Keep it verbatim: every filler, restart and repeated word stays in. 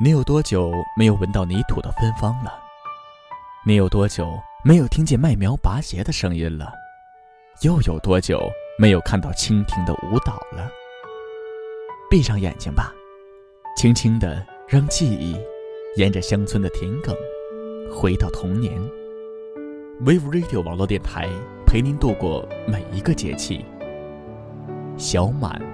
你有多久没有闻到泥土的芬芳了？你有多久没有听见麦苗拔节的声音了？又有多久没有看到蜻蜓的舞蹈了？闭上眼睛吧，轻轻地让记忆沿着乡村的田埂回到童年。 Wave Radio 网络电台陪您度过每一个节气。小满。